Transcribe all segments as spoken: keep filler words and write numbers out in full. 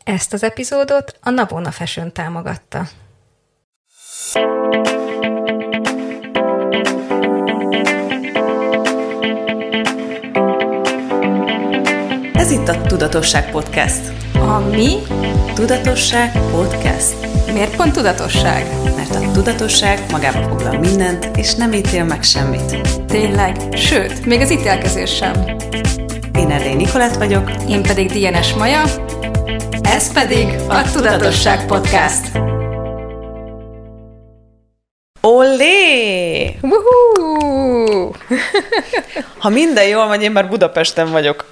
Ezt az epizódot a Navona Fashion támogatta. Ez itt a Tudatosság Podcast. A mi? Tudatosság Podcast. Miért pont tudatosság? Mert a tudatosság magába foglal mindent, és nem ítél meg semmit. Tényleg? Sőt, még az ítélkezés sem. Én Erdély Nikolett vagyok. Én pedig Dienes Maja. Ez pedig a Tudatosság Podcast. Olé! Woohoo! Ha minden jól megy, én már Budapesten vagyok.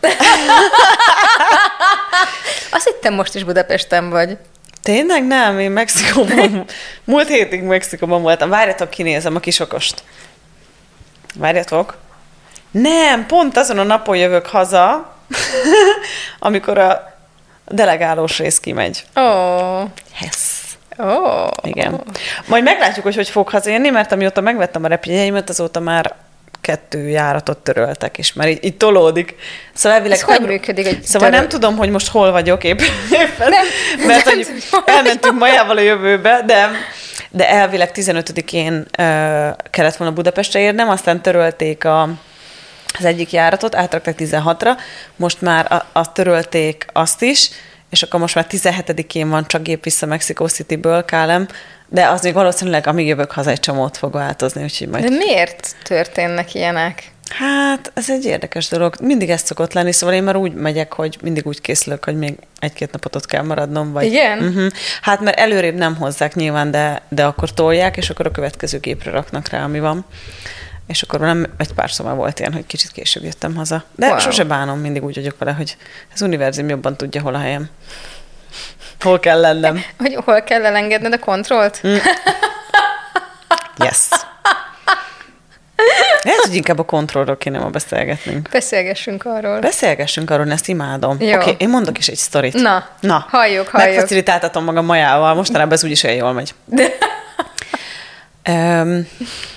Azt hittem, most is Budapesten vagy. Tényleg nem, én Mexikóban, múlt hétig Mexikóban voltam. Várjatok, kinézem a kisokost. Várjatok. Nem, pont azon a napon jövök haza, amikor a delegálós rész kimegy. Ó. Oh. Yes. Ó. Oh. Igen. Majd meglátjuk, hogy hogy fog hazajönni, mert amióta megvettem a repjegyeimet, azóta már kettő járatot töröltek, és már így, így tolódik. Szóval elvileg... Ez hogy működik egy Szóval töröl... nem tudom, hogy most hol vagyok épp, éppen, nem, mert nem hogy elmentünk Majával a jövőbe, de, de elvileg tizenötödikén uh, kellett volna Budapestre érnem, aztán törölték a, az egyik járatot, átrakták tizenhatra, most már a, a törölték azt is, és akkor most már tizenhetedikén van csak gép vissza Mexico Cityből, Kálem, de az még valószínűleg, amíg jövök haza, egy csomót fog változni, úgyhogy majd... De miért történnek ilyenek? Hát, ez egy érdekes dolog. Mindig ez szokott lenni, szóval én már úgy megyek, hogy mindig úgy készülök, hogy még egy-két napot ott kell maradnom. Vagy... Igen? Uh-huh. Hát, mert előrébb nem hozzák nyilván, de, de akkor tolják, és akkor a következő gépre raknak rá, ami van. És akkor nem egy pár szóval volt ilyen, hogy kicsit később jöttem haza. De wow. Sose bánom, mindig úgy vagyok vele, hogy az univerzum jobban tudja, hol a helyem. Hol kell lennem. Hogy hol kell elengedned a kontrollt? Mm. Yes. Ez, hogy inkább a kontrollról kéne ma beszélgetnünk. Beszélgessünk arról. Beszélgessünk arról, ezt imádom. Oké, okay, én mondok is egy sztorit. Na, Na. halljuk, halljuk. Megfacilitáltatom magam Majával, mostanában ez úgyis olyan jól megy. um,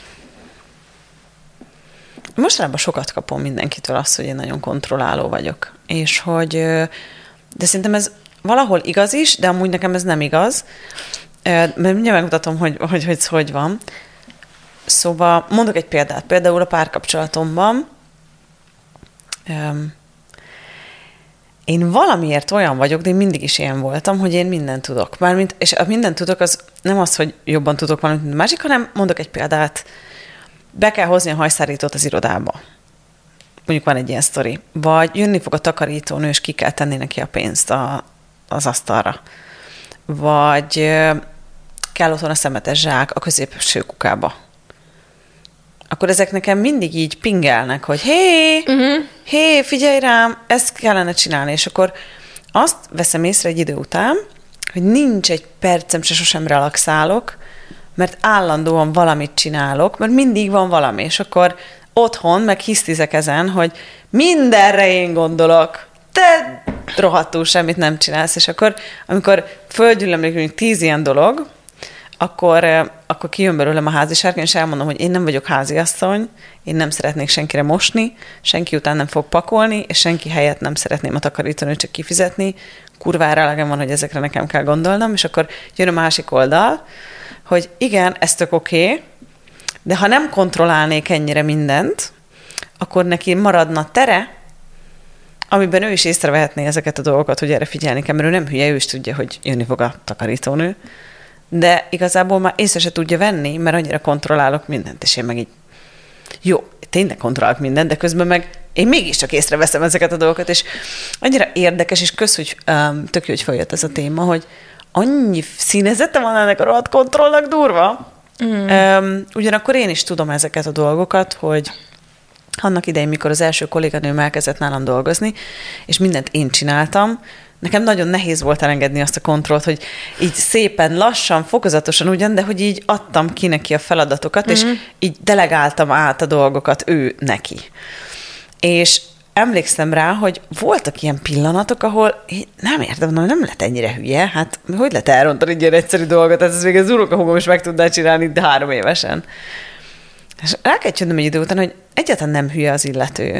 mostanában sokat kapom mindenkitől azt, hogy én nagyon kontrolláló vagyok. És hogy, de szerintem ez valahol igaz is, de amúgy nekem ez nem igaz. Mert mindjárt megmutatom, hogy hogy, hogy, hogy van. Szóval mondok egy példát. Például a párkapcsolatomban um, én valamiért olyan vagyok, de én mindig is ilyen voltam, hogy én mindent tudok. Mármint, és a mindent tudok, az nem az, hogy jobban tudok valamit, mint a másik, hanem mondok egy példát. Be kell hozni a hajszárítót az irodába. Mondjuk van egy ilyen sztori. Vagy jönni fog a takarítónő, és ki kell tenni neki a pénzt a, az asztalra. Vagy kell otthon a szemetes zsák a középső kukába. Akkor ezek nekem mindig így pingelnek, hogy hé, uh-huh. hé, figyelj rám, ezt kellene csinálni. És akkor azt veszem észre egy idő után, hogy nincs egy percem, se sosem relaxálok, mert állandóan valamit csinálok, mert mindig van valami. És akkor otthon meg hisztizek ezen, hogy mindenre én gondolok, te rohadtul semmit nem csinálsz. És akkor, amikor földgyűlömlik mondjuk tíz ilyen dolog, akkor, akkor kijön belőlem a házisárkány, és elmondom, hogy én nem vagyok háziasszony, én nem szeretnék senkire mosni, senki után nem fog pakolni, és senki helyett nem szeretném a takarítónőt csak kifizetni. Kurvára elegem van, hogy ezekre nekem kell gondolnom, és akkor jön a másik oldal, hogy igen, ez tök oké, okay, de ha nem kontrollálnék ennyire mindent, akkor neki maradna tere, amiben ő is észrevehetné ezeket a dolgokat, hogy erre figyelni kell, mert ő nem hülye, ő is tudja, hogy jönni fog a takarítónő, de igazából már észre se tudja venni, mert annyira kontrollálok mindent, és én meg így, jó, tényleg kontrollálok mindent, de közben meg én mégiscsak észreveszem ezeket a dolgokat, és annyira érdekes, és kösz, hogy um, tök jó, hogy feljött ez a téma, hogy annyi színezete van ennek a rohadt kontrollnak, durva. Mm. Um, ugyanakkor én is tudom ezeket a dolgokat, hogy annak idején, mikor az első kolléganőm elkezdett nálam dolgozni, és mindent én csináltam, nekem nagyon nehéz volt elengedni azt a kontrollt, hogy így szépen, lassan, fokozatosan ugyan, de hogy így adtam ki neki a feladatokat, mm. és így delegáltam át a dolgokat ő neki. És emlékszem rá, hogy voltak ilyen pillanatok, ahol nem értem, nem lett ennyire hülye, hát hogy lehet elrontani egy ilyen egyszerű dolgot, ez még az unokahúgom is meg tudná csinálni, de három évesen. És rá kell jönnöm egy idő után, hogy egyáltalán nem hülye az illető,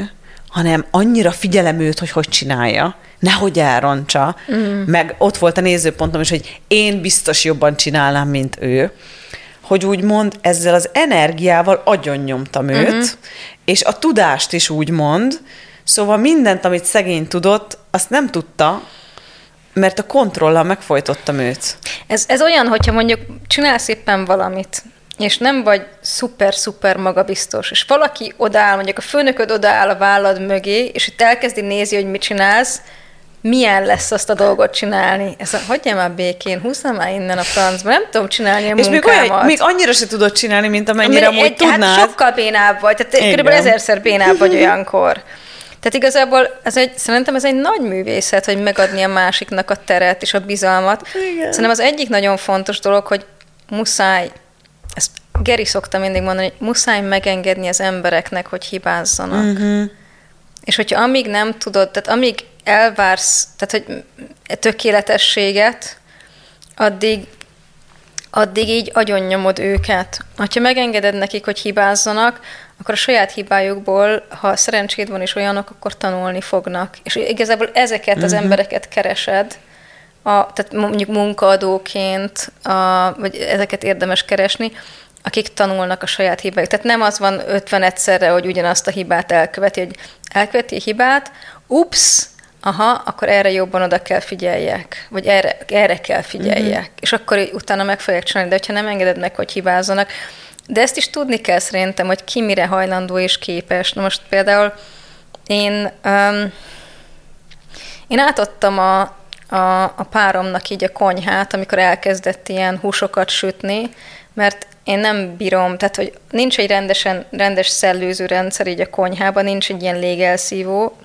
hanem annyira figyelem őt, hogy hogy csinálja, nehogy elrontsa, mm. meg ott volt a nézőpontom is, hogy én biztos jobban csinálnám, mint ő, hogy úgymond ezzel az energiával agyonnyomtam mm-hmm. őt, és a tudást is úgymond, szóval mindent, amit szegény tudott, azt nem tudta, mert a kontrollal megfojtottam őt. Ez, ez olyan, hogyha mondjuk csinálsz éppen valamit, és nem vagy szuper-szuper magabiztos, és valaki odaáll, mondjuk a főnököd odaáll a vállad mögé, és itt elkezdi nézi, hogy mit csinálsz, milyen lesz azt a dolgot csinálni. Ez a, hagyjál már békén, húzzam már innen a francba, nem tudom csinálni a és munkámat. És még, még annyira se tudod csinálni, mint amennyire amúgy tudnád. Hát sokkal bénább vagy, tehát igen. Körülbelül ezerszer bénább vagy olyankor. Tehát igazából ez egy, szerintem ez egy nagy művészet, hogy megadni a másiknak a teret és a bizalmat. Igen. Szerintem az egyik nagyon fontos dolog, hogy muszáj, ezt Geri szokta mindig mondani, hogy muszáj megengedni az embereknek, hogy hibázzanak. Uh-huh. És hogyha amíg nem tudod, tehát amíg elvársz, tehát hogy tökéletességet, addig, addig így agyonnyomod őket. Ha megengeded nekik, hogy hibázzanak, akkor a saját hibájukból, ha szerencséd van is olyanok, akkor tanulni fognak. És igazából ezeket uh-huh. az embereket keresed, a, tehát mondjuk munkaadóként, a, vagy ezeket érdemes keresni, akik tanulnak a saját hibájuk. Tehát nem az van ötven egyszerre, hogy ugyanazt a hibát elköveti, hogy elköveti a hibát, ups, aha, akkor erre jobban oda kell figyeljek, vagy erre, erre kell figyeljek, uh-huh. és akkor utána meg fogják csinálni, de hogyha nem engeded meg, hogy hibázzanak. De ezt is tudni kell szerintem, hogy ki mire hajlandó és képes. Na most például én, um, én átadtam a, a, a páromnak így a konyhát, amikor elkezdett ilyen húsokat sütni, mert én nem bírom, tehát hogy nincs egy rendesen, rendes szellőző rendszer így a konyhában, nincs egy ilyen légelszívó,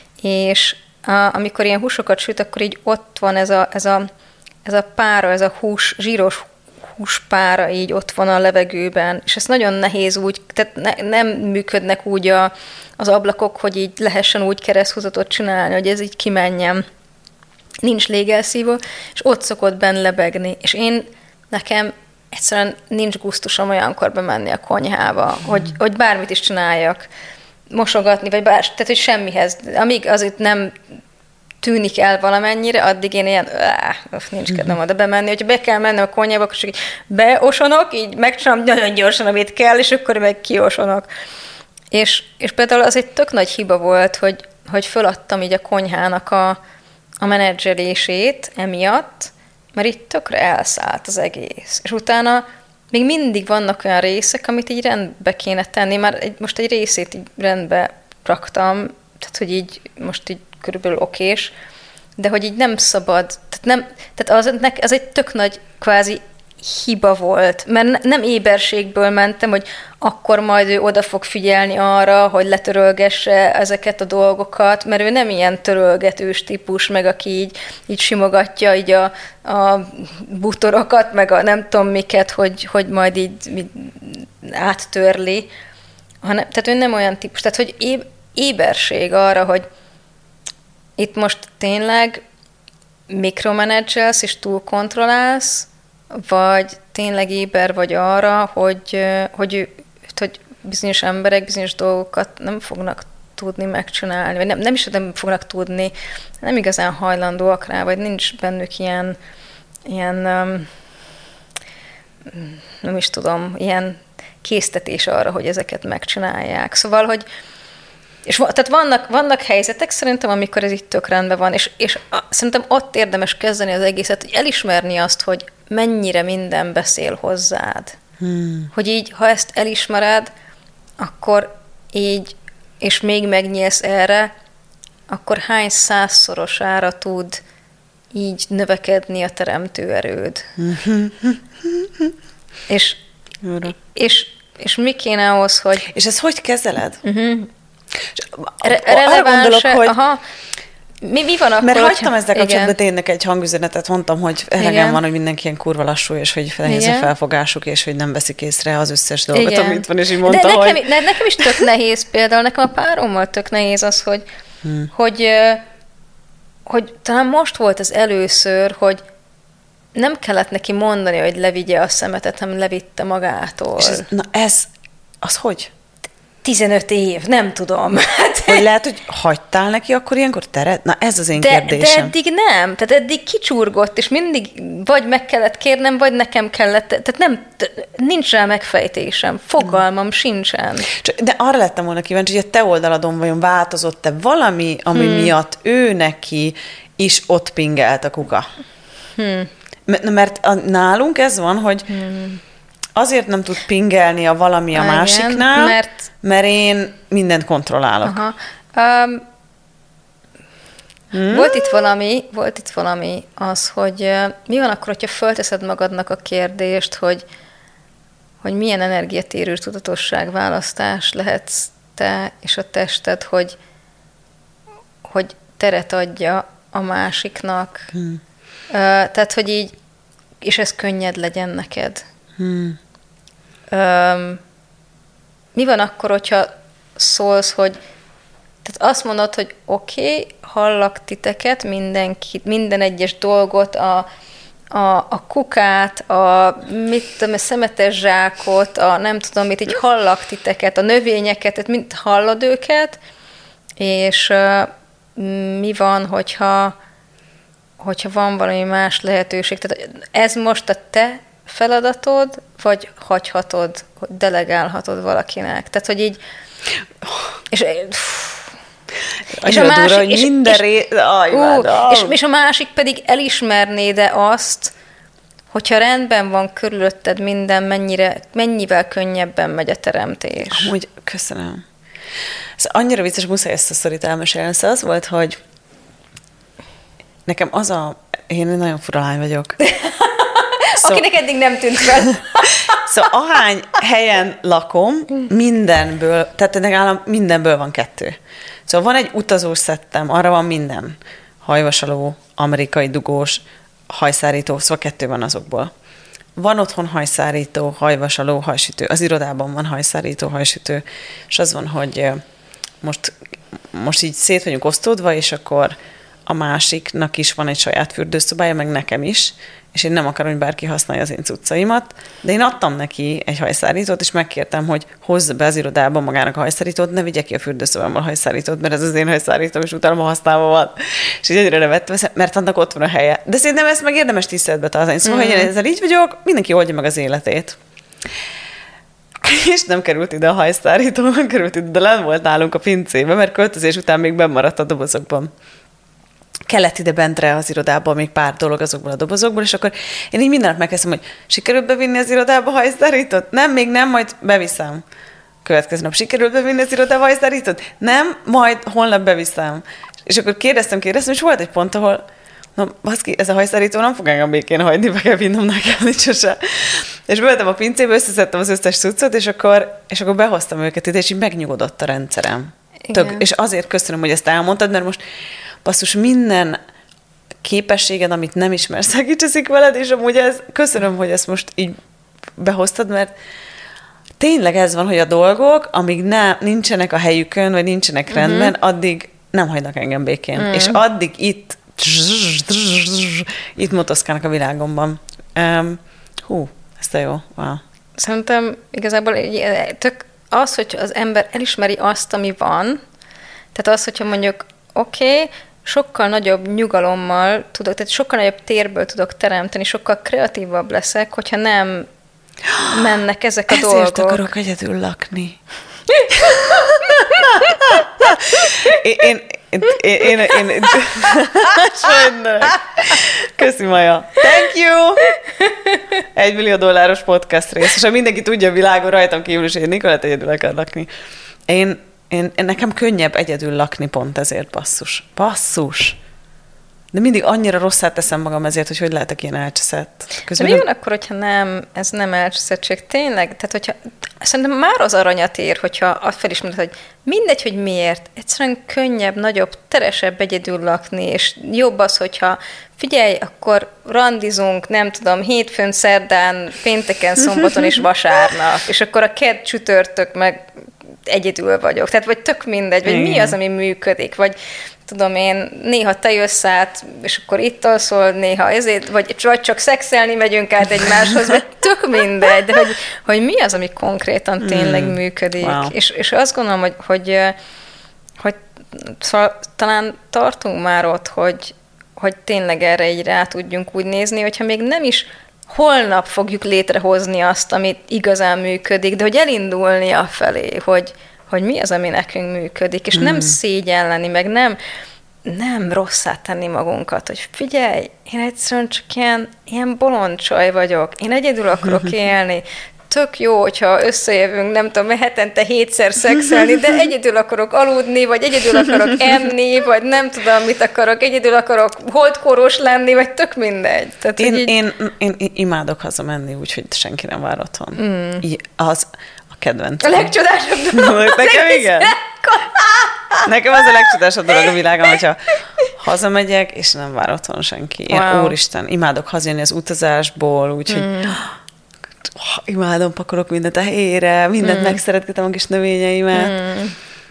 és a, amikor ilyen húsokat süt, akkor így ott van ez a, ez a, ez a pára, ez a hús, zsíros húspára így ott van a levegőben, és ez nagyon nehéz úgy, tehát ne, nem működnek úgy a, az ablakok, hogy így lehessen úgy kereszthúzatot csinálni, hogy ez így kimenjen. Nincs légelszívó, és ott szokott benn lebegni, és én nekem egyszerűen nincs gusztusom olyankor bemenni a konyhába, hmm. hogy, hogy bármit is csináljak, mosogatni, vagy bár, tehát hogy semmihez. Amíg azért nem tűnik el valamennyire, addig én ilyen, áh, nincs kedvem oda bemenni. Hogyha be kell mennem a konyhába, akkor csak így beosonok, így megcsinálom nagyon gyorsan, amit kell, és akkor meg kiosonok. És, és például az egy tök nagy hiba volt, hogy, hogy föladtam így a konyhának a, a menedzselését emiatt, mert itt tökre elszállt az egész. És utána még mindig vannak olyan részek, amit így rendbe kéne tenni. Már egy, most egy részét így rendbe raktam, tehát hogy így most így körülbelül okés, de hogy így nem szabad, tehát, nem, tehát az, az egy tök nagy kvázi hiba volt, mert nem éberségből mentem, hogy akkor majd ő oda fog figyelni arra, hogy letörölgesse ezeket a dolgokat, mert ő nem ilyen törölgetős típus, meg aki így, így simogatja így a, a butorokat, meg a nem tudom miket, hogy, hogy majd így, így áttörli. Hanem, tehát ő nem olyan típus. Tehát, hogy é, éberség arra, hogy itt most tényleg mikromenedzselsz és túlkontrollálsz, vagy tényleg éber vagy arra, hogy, hogy, hogy bizonyos emberek bizonyos dolgokat nem fognak tudni megcsinálni, vagy nem, nem is nem fognak tudni, nem igazán hajlandóak rá, vagy nincs bennük ilyen, ilyen nem is tudom, ilyen késztetés arra, hogy ezeket megcsinálják. Szóval, hogy és tehát vannak, vannak helyzetek szerintem, amikor ez itt tök rendben van, és, és a, szerintem ott érdemes kezdeni az egészet, hogy elismerni azt, hogy mennyire minden beszél hozzád. Hmm. Hogy így, ha ezt elismered, akkor így, és még megnyílsz erre, akkor hány százszorosára tud így növekedni a teremtő erőd. és, és, és mi kéne ahhoz, hogy... És ezt hogy kezeled? Uh-huh. Re- arra gondolok, hogy... Aha. Mi, mi van akkor? Mert hagytam ezzel kapcsolatban tényleg egy hangüzenetet, mondtam, hogy elegem van, hogy mindenki ilyen kurva lassú, és hogy nehéz a felfogásuk, és hogy nem veszik észre az összes dolgot, igen. amit van, és így mondta, de nekem, hogy... De nekem is tök nehéz például, nekem a párommal tök nehéz az, hogy, hmm. hogy, hogy talán most volt az először, hogy nem kellett neki mondani, hogy levigye a szemetet, hanem levitte magától. És ez, na ez, az hogy? tizenöt év, nem tudom. Hogy lehet, hogy hagytál neki akkor ilyenkor teret? Na ez az én de, kérdésem. De eddig nem. Tehát eddig kicsurgott, és mindig vagy meg kellett kérnem, vagy nekem kellett. Tehát nem, nincs rá megfejtésem. Fogalmam sincsen. Csak, de arra lettem volna kíváncsi, hogy a te oldaladon vajon változott-e valami, ami hmm. miatt ő neki is ott pingelt a kuka. Hmm. Mert a, nálunk ez van, hogy hmm. azért nem tud pingelni a valami a ah, másiknál, mert... mert én mindent kontrollálok. Aha. Um, hmm? Volt itt valami, volt itt valami az, hogy uh, mi van akkor, hogyha fölteszed magadnak a kérdést, hogy, hogy milyen energiatérő tudatosságválasztás lehetsz te és a tested, hogy, hogy teret adja a másiknak. Hmm. Uh, tehát, hogy így, és ez könnyed legyen neked. Hmm. Um, mi van akkor, hogyha szólsz, hogy tehát azt mondod, hogy oké, okay, hallak titeket, mindenkit, minden egyes dolgot, a, a, a kukát, a, mit tudom, a szemetes zsákot, a nem tudom mit, így hallak titeket, a növényeket, tehát mind hallod őket, és uh, mi van, hogyha hogyha van valami más lehetőség. Tehát ez most a te feladatod, vagy hagyhatod, hogy delegálhatod valakinek. Tehát, hogy így... És, és a másik... Durva, és, minden és, ré... Aj, ú, és, és a másik pedig elismerné, de azt, hogyha rendben van körülötted minden, mennyire, mennyivel könnyebben megy a teremtés. Amúgy köszönöm. Ez annyira vicces, muszáj ezt a szorít elmesélni. Szóval az volt, hogy nekem az a... Én nagyon fura lány vagyok. Szóval, akinek eddig nem tűnt fel. Szóval ahány helyen lakom, mindenből, tehát nálam mindenből van kettő. Szóval van egy utazós szettem, arra van minden. Hajvasaló, amerikai dugós, hajszárító, szóval kettő van azokból. Van otthon hajszárító, hajvasaló, hajsütő. Az irodában van hajszárító, hajsütő. És az van, hogy most, most így szét vagyunk osztódva, és akkor a másiknak is van egy saját fürdőszobája, meg nekem is, és én nem akarom, hogy bárki használja az én cuccaimat, de én adtam neki egy hajszárítót, és megkértem, hogy hozza be az irodába magának a hajszárítót, ne vigye ki a fürdőszobámmal a hajszárítót, mert ez az én hajszárítóm, és utána használva van. És így egyre nevettem, mert annak ott van a helye. De szerintem ezt meg érdemes tiszteletbe tartani. Szóval, mm-hmm. hogy én ezzel így vagyok, mindenki oldja meg az életét. És nem került ide a hajszárító, nem került ide, de lenn volt nálunk a pincébe, mert költözés után még bennmaradt a dobozokban. Kellett ide bentre az irodába még pár dolog azokból a dobozokból, és akkor én így minden nap megkezdtem, hogy sikerült bevinni az irodába hajszárítót? Nem, még nem, majd beviszem. Következő nap sikerült bevinni az irodába hajszárítót? Nem, majd holnap beviszem. És akkor kérdeztem, kérdeztem, és volt egy pont, ahol na, baszki, ez a hajszárító nem fog engem békén hagyni, be kell vinnom nekem, nincs sose. És bementem a pincébe, összeszedtem az összes cuccot, és akkor, és akkor behoztam őket ide, és így megnyugodott a rendszerem. Tök, és azért köszönöm, hogy ezt elmondtad, mert most basszus, minden képességed, amit nem ismersz, segítsezik veled, és amúgy ez, köszönöm, hogy ezt most így behoztad, mert tényleg ez van, hogy a dolgok, amíg ne, nincsenek a helyükön, vagy nincsenek uh-huh. rendben, addig nem hagynak engem békén. Uh-huh. És addig itt itt motoszkálnak a világomban. Um, hú, ez te jó. Wow. Szerintem igazából tök az, hogy az ember elismeri azt, ami van, tehát az, hogyha mondjuk oké, okay, sokkal nagyobb nyugalommal tudok, tehát sokkal nagyobb térből tudok teremteni, sokkal kreatívabb leszek, hogyha nem mennek ezek a Ezért dolgok. Ezért akarok egyedül lakni. én, én, én, én, én, én sajnálom. Köszi, Maja. Thank you! Egy millió dolláros podcast rész, és ha mindenki tudja a világon rajtam kívül is, hogy Nikolett egyedül akar lakni. Én Én, én nekem könnyebb egyedül lakni pont ezért, basszus. Basszus! De mindig annyira rosszát teszem magam ezért, hogy hogy lehetek ilyen elcseszett. Közben de mi van nem... akkor, hogyha nem, ez nem elcseszettség? Tényleg? Tehát, hogyha, szerintem már az aranyat ér, hogyha azt felismered, hogy mindegy, hogy miért. Egyszerűen könnyebb, nagyobb, teresebb egyedül lakni, és jobb az, hogyha figyelj, akkor randizunk, nem tudom, hétfőn, szerdán, pénteken, szombaton és vasárnap, és akkor a kedd, csütörtök meg egyedül vagyok. Tehát vagy tök mindegy, vagy igen. Mi az, ami működik, vagy tudom én, néha te jössz át, és akkor itt alszol, néha ezért, vagy, vagy csak szexelni megyünk át egymáshoz, vagy tök tök mindegy, de hogy, hogy mi az, ami konkrétan tényleg mm. működik. Wow. És, és azt gondolom, hogy, hogy, hogy szóval talán tartunk már ott, hogy, hogy tényleg erre így rá tudjunk úgy nézni, hogyha még nem is holnap fogjuk létrehozni azt, amit igazán működik, de hogy elindulni afelé, hogy, hogy mi az, ami nekünk működik, és mm. nem szégyelleni, meg nem, nem rosszá tenni magunkat, hogy figyelj, én egyszerűen csak ilyen, ilyen bolond csaj vagyok, én egyedül akarok élni, tök jó, hogyha összejövünk, nem tudom, hetente hétszer szexelni, de egyedül akarok aludni, vagy egyedül akarok enni, vagy nem tudom, mit akarok, egyedül akarok holdkóros lenni, vagy tök mindegy. Tehát, én, így... én, én, én imádok hazamenni, úgyhogy senki nem vár otthon. Mm. Az a kedvencem. A legcsodásabb dolog. Nekem igen. Nekem az a legcsodásabb dolog a világon, hogyha hazamegyek, és nem vár otthon senki. Én, wow. Úristen, imádok hazajönni az utazásból, úgyhogy mm. oh, imádom, pakolok mindent a helyére, mindent mm. megszeretgetem a kis növényeimet. Mm.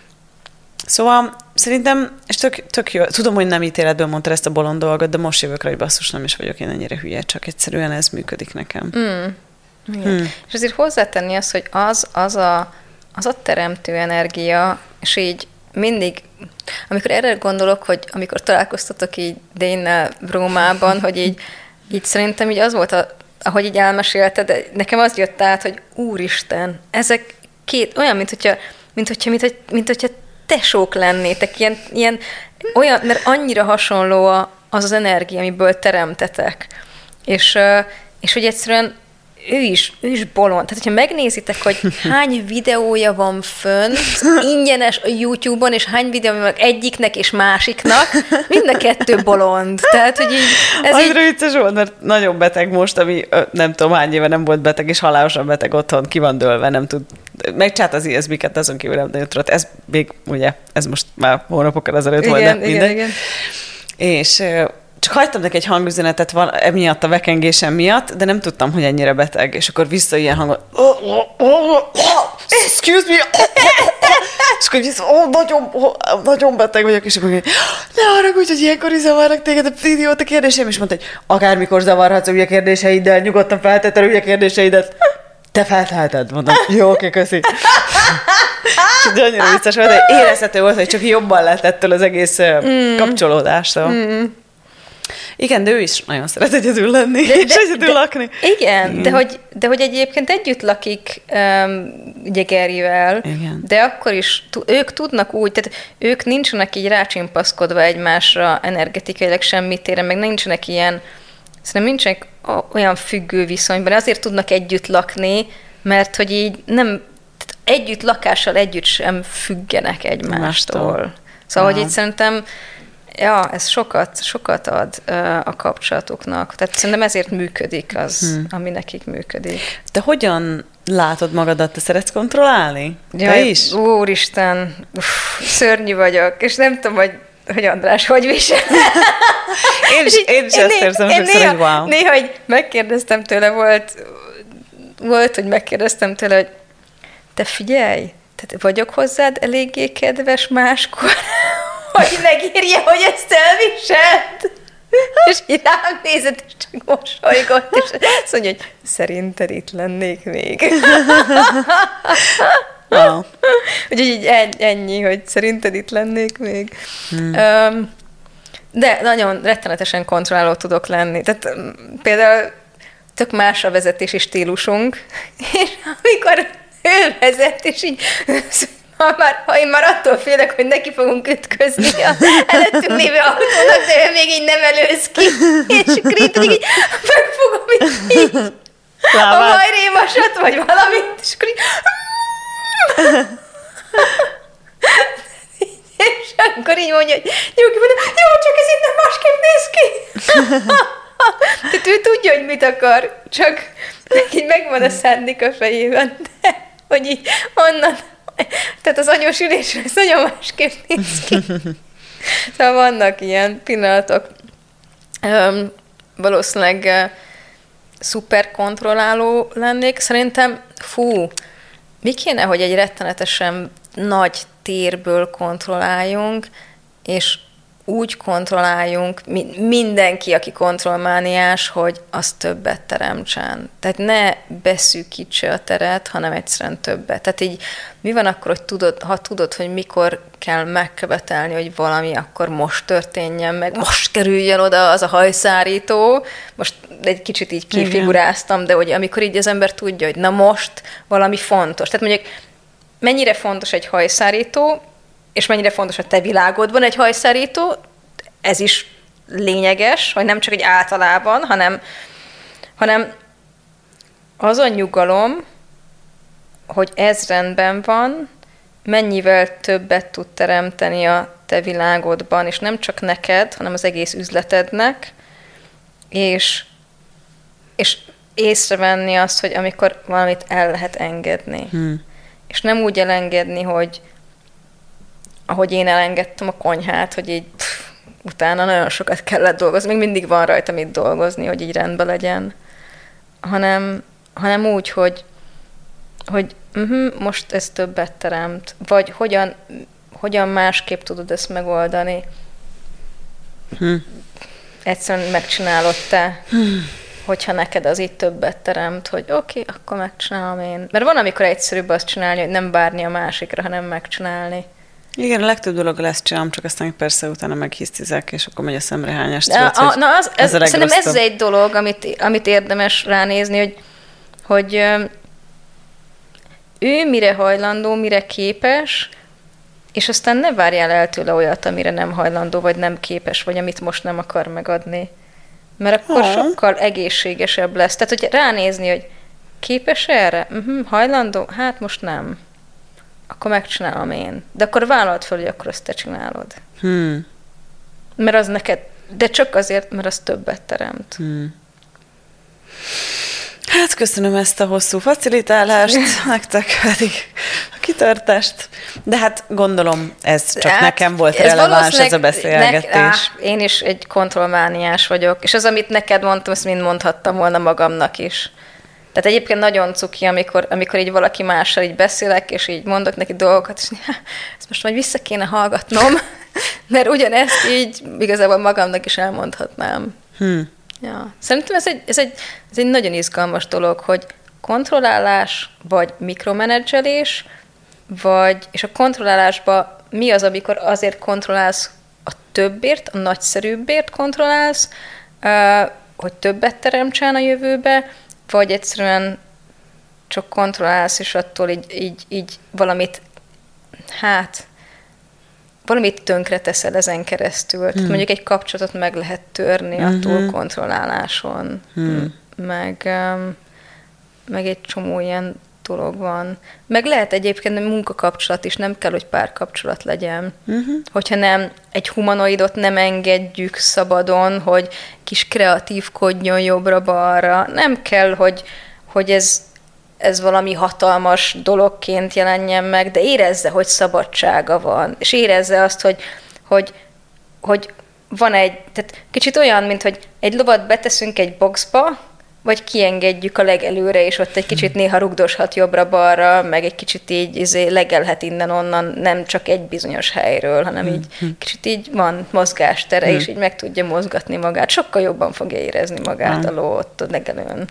Szóval szerintem, és tök, tök jó, tudom, hogy nem ítéletből mondtad ezt a bolond dolgot, de most jövök rá, hogy basszus, nem is vagyok én ennyire hülye, csak egyszerűen ez működik nekem. Mm. Hmm. És azért hozzátenni azt, hogy az, az, a, az a teremtő energia, és így mindig, amikor erre gondolok, hogy amikor találkoztatok így Dane-nel Rómában, hogy így, így szerintem így az volt, a, ahogy így elmesélted, de nekem az jött át, hogy úristen, ezek két, olyan, mint hogyha, mint hogyha, mint hogyha, mint hogyha tesók lennétek, ilyen, ilyen, olyan, mert annyira hasonló a, az az energia, amiből teremtetek. És, és hogy egyszerűen ő is, ő is bolond. Tehát, hogyha megnézitek, hogy hány videója van fönt, ingyenes a YouTube-on, és hány videó van egyiknek és másiknak, mind a kettő bolond. Tehát, hogy így... Ez Annyira így... vicces volt, mert nagyon beteg most, ami nem tudom hány éve nem volt beteg, és halálosan beteg otthon, ki van dőlve, nem tud... Megcsát az i es bé-ket, azon kívül nem nagyon tudott. Ez még, ugye, ez most már hónapokkal ezelőtt volt, de igen, igen. És... Csak hagytam neki egy hangüzenetet val- emiatt a vekengésem miatt, de nem tudtam, hogy ennyire beteg. És akkor vissza ilyen hangot, excuse me, és akkor vissza, oh, nagyon, oh, nagyon beteg vagyok, és akkor ne haragudj, hogy ilyenkor is zavarnak téged a idióta kérdéseim, és mondta, hogy akármikor zavarhatsz a hülye kérdéseiddel, nyugodtan feltetted a hülye kérdéseidet, te felteheted, mondom, jó, oké, köszi. És annyira vicces volt, hogy érezhető volt, hogy csak jobban lett ettől az egész mm. kapcsolódástól. Mm. Igen, de ő is nagyon szeret egyedül lenni, de, és de, egyedül de, lakni. Igen, mm. de, hogy, de hogy egyébként együtt lakik um, ugye Garyvel, igen. De akkor is t- ők tudnak úgy, tehát ők nincsenek így rácsimpaszkodva egymásra energetikailag semmit, meg nincsenek ilyen, szerintem nincsenek olyan függő viszonyban, azért tudnak együtt lakni, mert hogy így nem, tehát együtt lakással együtt sem függenek egymástól. Mástól. Szóval, ah. hogy így szerintem ja, ez sokat, sokat ad uh, a kapcsolatoknak. Tehát szerintem ezért működik az, hmm. ami nekik működik. Te hogyan látod magadat? Te szeretsz kontrollálni? Jaj, te is? Úristen, uff, szörnyű vagyok, és nem tudom, hogy, hogy András, hogy visel. Én is, én is én ezt érzem, hogy néha, hogy wow. Néha, hogy megkérdeztem tőle, volt, volt, hogy megkérdeztem tőle, hogy te figyelj, tehát vagyok hozzád eléggé kedves máskor, hogy megírja, hogy ezt elviselt. És így rám nézett, és csak mosolygott, és azt mondja, hogy szerinted itt lennék még. Oh. Úgyhogy így ennyi, hogy szerinted itt lennék még. Hmm. Um, de nagyon rettenetesen kontrolláló tudok lenni. Tehát például tök más a vezetési stílusunk, és amikor ő vezet, és így... Ha, már, ha én már attól félek, hogy neki fogunk ütközni a előttünk lévő autónak, de ő még így nem előz ki. És akkor így, így megfogom így, így a hajrémasat, vagy valamit, és akkor így... és akkor így mondja, hogy nyugi, mondom, jó, csak ez itt nem másképp néz ki. Tehát ő tudja, hogy mit akar, csak így megvan a szándék a fejében, de hogy így onnan tehát az anyósülésre ez nagyon másképp néz ki. Szóval vannak ilyen pillanatok. Um, valószínűleg uh, szuper kontrolláló lennék. Szerintem, fú, mi kéne, hogy egy rettenetesen nagy térből kontrolláljunk, és úgy kontrolláljunk, mindenki, aki kontrollmániás, hogy az többet teremtsen. Tehát ne beszűkítse a teret, hanem egyszerűen többet. Tehát így mi van akkor, hogy tudod, ha tudod, hogy mikor kell megkövetelni, hogy valami akkor most történjen meg, most kerüljön oda az a hajszárító, most egy kicsit így kifiguráztam, de hogy amikor így az ember tudja, hogy na most valami fontos. Tehát mondjuk mennyire fontos egy hajszárító, és mennyire fontos a te világodban egy hajszárító, ez is lényeges, hogy nem csak egy általában, hanem, hanem azon nyugalom, hogy ez rendben van, mennyivel többet tud teremteni a te világodban, és nem csak neked, hanem az egész üzletednek, és, és észrevenni azt, hogy amikor valamit el lehet engedni. Hmm. És nem úgy elengedni, hogy ahogy én elengedtem a konyhát, hogy így pff, utána nagyon sokat kellett dolgozni, még mindig van rajta mit dolgozni, hogy így rendben legyen, hanem, hanem úgy, hogy, hogy uh-huh, most ez többet teremt, vagy hogyan, hogyan másképp tudod ezt megoldani. Hmm. Egyszerűen megcsinálod te, hmm. hogyha neked az így többet teremt, hogy oké, okay, akkor megcsinálom én. Mert van, amikor egyszerűbb azt csinálni, hogy nem várni a másikra, hanem megcsinálni. Igen, a legtöbb dolog lesz csinálom, csak aztán persze utána meghisztizek, és akkor megy a szemrehányás. Tudod, a, na, az, ez, ez szerintem ez egy dolog, amit, amit érdemes ránézni, hogy, hogy ő mire hajlandó, mire képes, és aztán ne várjál el tőle olyat, amire nem hajlandó, vagy nem képes, vagy amit most nem akar megadni. Mert akkor ha. sokkal egészségesebb lesz. Tehát, hogy ránézni, hogy képes erre? Uh-huh, hajlandó? Hát most nem. Akkor megcsinálom én. De akkor vállald fel, hogy akkor azt te csinálod. Hmm. Mert az neked, de csak azért, mert az többet teremt. Hmm. Hát köszönöm ezt a hosszú facilitálást, nektek pedig a kitartást. De hát gondolom, ez csak hát, nekem volt ez releváns ez a beszélgetés. Ne, á, én is egy kontrollmániás vagyok, és az, amit neked mondtam, azt mind mondhattam volna magamnak is. Tehát egyébként nagyon cuki, amikor, amikor így valaki mással így beszélek, és így mondok neki dolgokat, és ezt most majd vissza kéne hallgatnom, mert ugyanezt így igazából magamnak is elmondhatnám. Hmm. Ja. Szerintem ez egy, ez, egy, ez egy nagyon izgalmas dolog, hogy kontrollálás, vagy mikromenedzselés, vagy, és a kontrollálásban mi az, amikor azért kontrollálsz a többért, a nagyszerűbbért kontrollálsz, hogy többet teremtsen a jövőbe, vagy egyszerűen csak kontrollálsz, és attól így, így, így valamit, hát, valamit tönkre teszel ezen keresztül. Hmm. Tehát mondjuk egy kapcsolatot meg lehet törni hmm. a túlkontrolláláson. Hmm. Meg, meg egy csomó ilyen dolog van. Meg lehet egyébként egy munkakapcsolat is, nem kell, hogy párkapcsolat legyen. Uh-huh. Hogyha nem, egy humanoidot nem engedjük szabadon, hogy kis kreatívkodjon jobbra-balra. Nem kell, hogy, hogy ez, ez valami hatalmas dologként jelenjen meg, de érezze, hogy szabadsága van. És érezze azt, hogy, hogy, hogy van egy, tehát kicsit olyan, mint hogy egy lovat beteszünk egy boxba, vagy kiengedjük a legelőre, és ott egy kicsit néha rugdoshat jobbra-balra, meg egy kicsit így izé, legelhet innen-onnan, nem csak egy bizonyos helyről, hanem így kicsit így van mozgástere, és így meg tudja mozgatni magát. Sokkal jobban fogja érezni magát a ló ott a legelőn.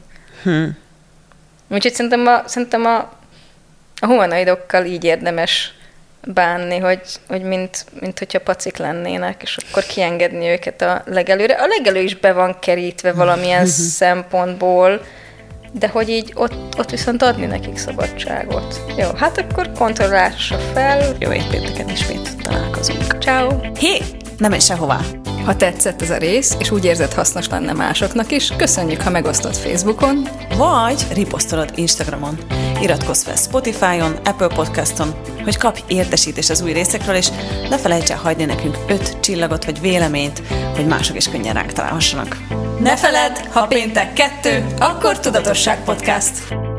Úgyhogy szerintem a, szerintem a, a humanoidokkal így érdemes bánni, hogy, hogy mint, mint hogyha pacik lennének, és akkor kiengedni őket a legelőre. A legelő is be van kerítve valamilyen szempontból, de hogy így ott, ott viszont adni nekik szabadságot. Jó, hát akkor kontrollásra fel. Jó éjpénteken ismét találkozunk. Ciao. Hé, nem menj sehová! Ha tetszett ez a rész, és úgy érzed hasznos lenne másoknak is, köszönjük, ha megosztod Facebookon, vagy riposztolod Instagramon. Iratkozz fel Spotify-on, Apple Podcaston, hogy kapj értesítést az új részekről, és ne felejts el hagyni nekünk öt csillagot vagy véleményt, hogy mások is könnyen ránk találhassanak. Ne feledd, ha péntek kettő, akkor Tudatosság Podcast.